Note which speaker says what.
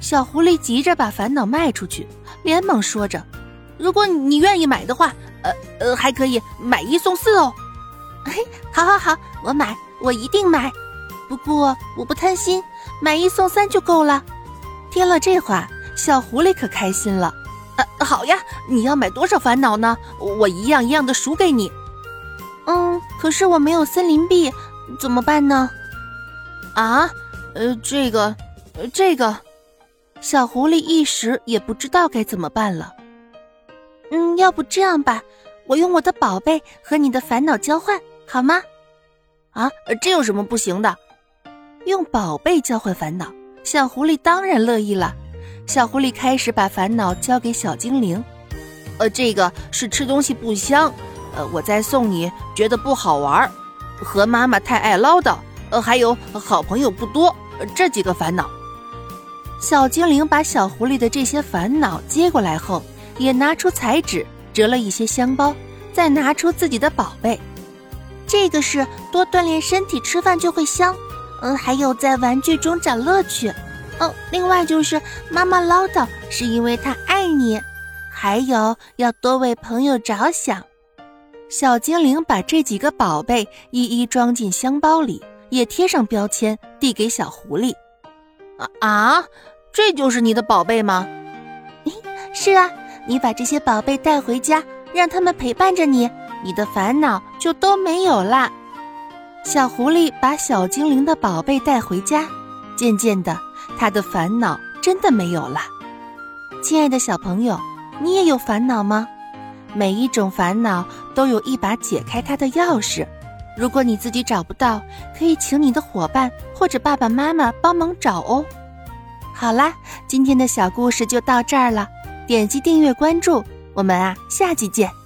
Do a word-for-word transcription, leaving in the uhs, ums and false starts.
Speaker 1: 小狐狸急着把烦恼卖出去，连忙说着，如果你愿意买的话，呃呃，还可以买一送四哦。嘿，好好好，我买，我一定买。不过我不贪心，买一送三就够了。听了这话，小狐狸可开心了。呃，好呀，你要买多少烦恼呢？我一样一样的数给你。嗯，可是我没有森林币，怎么办呢？啊，呃，这个，呃，这个，小狐狸一时也不知道该怎么办了。嗯，要不这样吧，我用我的宝贝和你的烦恼交换，好吗？啊，这有什么不行的？用宝贝交换烦恼，小狐狸当然乐意了。小狐狸开始把烦恼交给小精灵。呃，这个是吃东西不香，呃，我再送你觉得不好玩，和妈妈太爱唠叨，呃，还有好朋友不多，呃，这几个烦恼。小精灵把小狐狸的这些烦恼接过来后，也拿出彩纸折了一些香包，再拿出自己的宝贝。这个是多锻炼身体，吃饭就会香。嗯，还有在玩具中找乐趣。哦，另外就是妈妈唠叨是因为她爱你，还有要多为朋友着想。小精灵把这几个宝贝一一装进香包里，也贴上标签递给小狐狸。啊啊，这就是你的宝贝吗？是啊，你把这些宝贝带回家，让他们陪伴着你，你的烦恼就都没有啦。小狐狸把小精灵的宝贝带回家，渐渐的，他的烦恼真的没有了。亲爱的小朋友，你也有烦恼吗？每一种烦恼都有一把解开它的钥匙，如果你自己找不到，可以请你的伙伴或者爸爸妈妈帮忙找哦。好啦，今天的小故事就到这儿了，点击订阅关注，我们啊，下集见。